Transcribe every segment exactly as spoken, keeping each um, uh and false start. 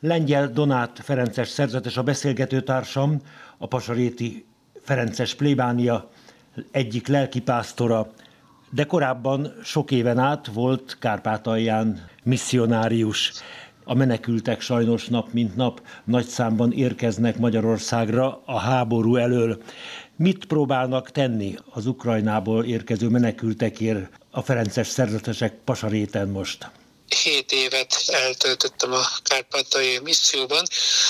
Lengyel Donát ferences szerzetes a beszélgetőtársam, a pasaréti ferences plébánia egyik lelkipásztora, de korábban sok éven át volt Kárpátalján misszionárius. A menekültek sajnos nap mint nap nagy számban érkeznek Magyarországra a háború elől. Mit próbálnak tenni az Ukrajnából érkező menekültekért a ferences szerzetesek Pasaréten most? Hét évet eltöltöttem a kárpátaljai misszióban,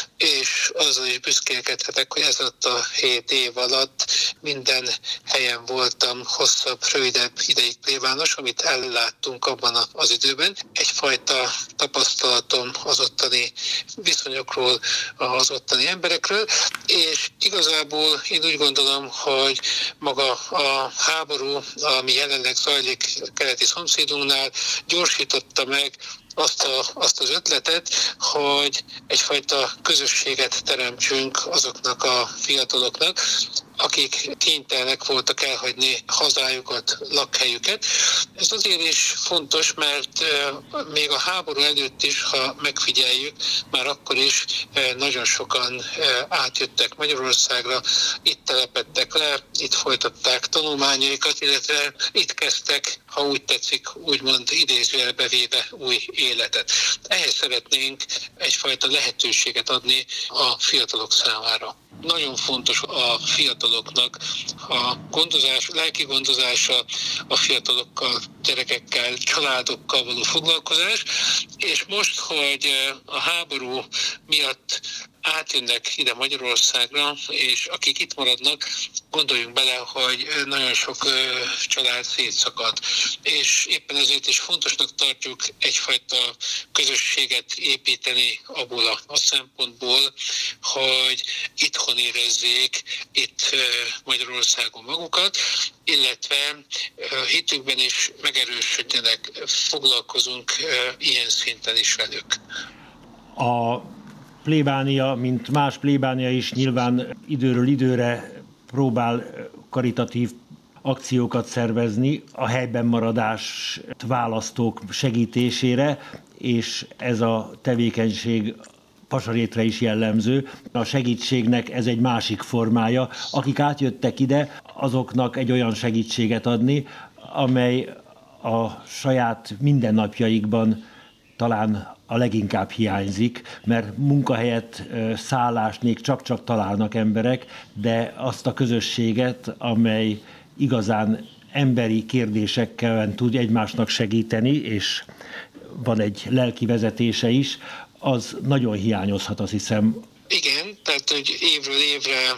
és azzal is büszkélkedhetek, hogy ez alatt a hét év alatt minden helyen voltam hosszabb, rövidebb ideig plébános, amit elláttunk abban az időben. Egyfajta tapasztalatom az ottani viszonyokról, az ottani emberekről, és igazából én úgy gondolom, hogy maga a háború, ami jelenleg zajlik keleti szomszédunknál, gyorsította meg azt, a, azt az ötletet, hogy egyfajta közösséget teremtsünk azoknak a fiataloknak, akik kénytelenek voltak elhagyni hazájukat, lakhelyüket. Ez azért is fontos, mert még a háború előtt is, ha megfigyeljük, már akkor is nagyon sokan átjöttek Magyarországra, itt telepedtek le, itt folytatták tanulmányaikat, illetve itt kezdtek, ha úgy tetszik, úgymond idézőjelbe véve új életet. Ehhez szeretnénk egyfajta lehetőséget adni a fiatalok számára. Nagyon fontos a fiataloknak a gondozás, lelki gondozása, a fiatalokkal, gyerekekkel, családokkal való foglalkozás, és most, hogy a háború miatt átjönnek ide Magyarországra, és akik itt maradnak, gondoljunk bele, hogy nagyon sok család szétszakadt. És éppen ezért is fontosnak tartjuk egyfajta közösséget építeni abból a, a szempontból, hogy itthon érezzék itt Magyarországon magukat, illetve hitükben is megerősödjenek, foglalkozunk ilyen szinten is velük. A plébánia, mint más plébánia is nyilván időről időre próbál karitatív akciókat szervezni a helyben maradás választók segítésére, és ez a tevékenység Pasarétre is jellemző. A segítségnek ez egy másik formája. Akik átjöttek ide, azoknak egy olyan segítséget adni, amely a saját mindennapjaikban talán a leginkább hiányzik, mert munkahelyet, szállást még csak-csak találnak emberek, de azt a közösséget, amely igazán emberi kérdésekkel tud egymásnak segíteni, és van egy lelki vezetése is, az nagyon hiányozhat, azt hiszem. Igen, tehát hogy évről évre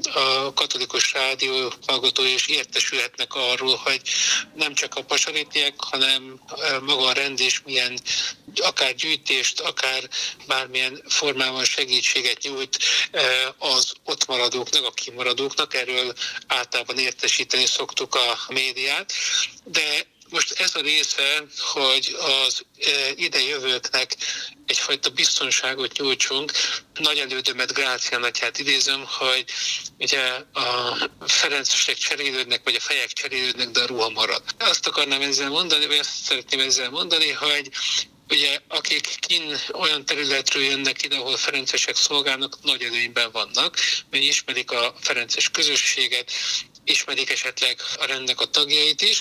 a katolikus rádió hallgatói is értesülhetnek arról, hogy nem csak a pasarétiek, hanem maga a rend is milyen akár gyűjtést, akár bármilyen formában segítséget nyújt az ott maradóknak, a kimaradóknak. Erről általában értesíteni szoktuk a médiát, de most ez a része, hogy az idejövőknek egyfajta biztonságot nyújtsunk. Nagy elődömet, Grácián atyát idézem, hogy ugye a ferencesek cserélődnek, vagy a fejek cserélődnek, de a ruha marad. Azt akarnám ezzel mondani, vagy azt szeretném ezzel mondani, hogy ugye akik kin olyan területről jönnek ide, ahol ferencesek szolgálnak, nagy előnyben vannak, mert ismerik a ferences közösséget, ismerik esetleg a rendnek a tagjait is,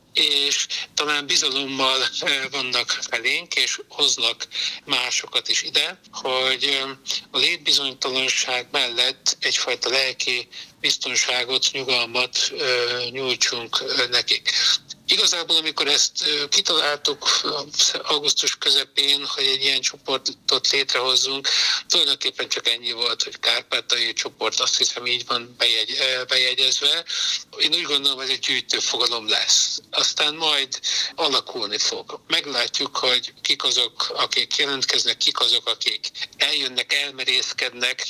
és talán bizalommal vannak felénk, és hoznak másokat is ide, hogy a létbizonytalanság mellett egyfajta lelki biztonságot, nyugalmat nyújtsunk nekik. Igazából, amikor ezt kitaláltuk augusztus közepén, hogy egy ilyen csoportot létrehozzunk, tulajdonképpen csak ennyi volt, hogy kárpátaljai csoport, azt hiszem így van bejegy, bejegyezve. Én úgy gondolom, hogy egy gyűjtő fogalom lesz. Aztán majd alakulni fog. Meglátjuk, hogy kik azok, akik jelentkeznek, kik azok, akik eljönnek, elmerészkednek,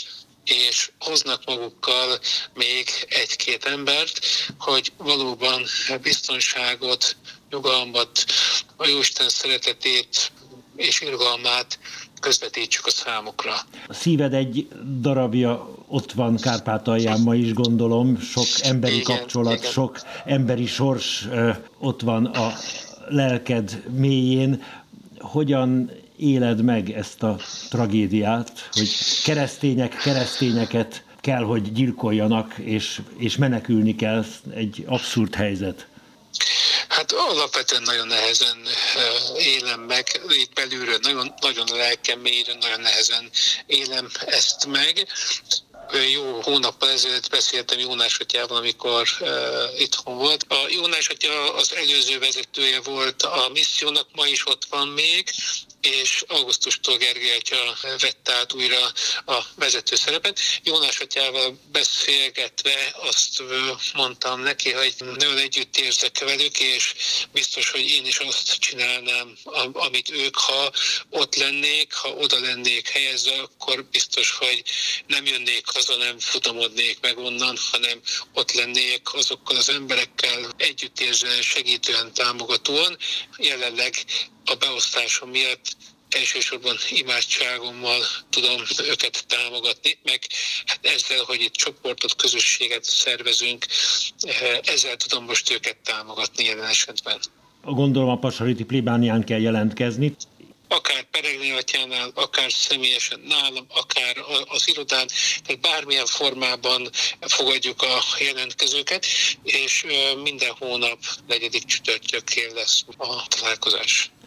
és hoznak magukkal még egy-két embert, hogy valóban biztonságot, nyugalmat, a Jóisten szeretetét és irgalmát közvetítsük a számukra. A szíved egy darabja ott van Kárpátalján ma is, gondolom, sok emberi igen, kapcsolat, igen. Sok emberi sors ott van a lelked mélyén. Hogyan éled meg ezt a tragédiát, hogy keresztények keresztényeket kell, hogy gyilkoljanak, és, és menekülni kell, egy abszurd helyzet. Hát alapvetően nagyon nehezen élem meg, itt belülről nagyon, nagyon lelkem mélyre, nagyon nehezen élem ezt meg. Jó hónappal ezelőtt beszéltem Jónás atyával, amikor uh, itthon volt. A Jónás atya az előző vezetője volt a missziónak, ma is ott van még, és augusztustól Gergely atya vette át újra a vezető szerepet. Jónás atyával beszélgetve azt mondtam neki, hogy nagyon együtt érzek velük, és biztos, hogy én is azt csinálnám, amit ők, ha ott lennék, ha oda lennék helyezve, akkor biztos, hogy nem jönnék haza, nem futamodnék meg onnan, hanem ott lennék azokkal az emberekkel együttérzően, segítően, támogatóan. Jelenleg a beosztásom miatt elsősorban imádságommal tudom őket támogatni, meg hát ezzel, hogy itt csoportot, közösséget szervezünk, ezzel tudom most őket támogatni jelen esetben. Gondolom a pasariti plébánián kell jelentkezni. Akár Peregné atyánál, akár személyesen nálam, akár az irodán, tehát bármilyen formában fogadjuk a jelentkezőket, és minden hónap negyedik csütörtökén lesz a találkozás.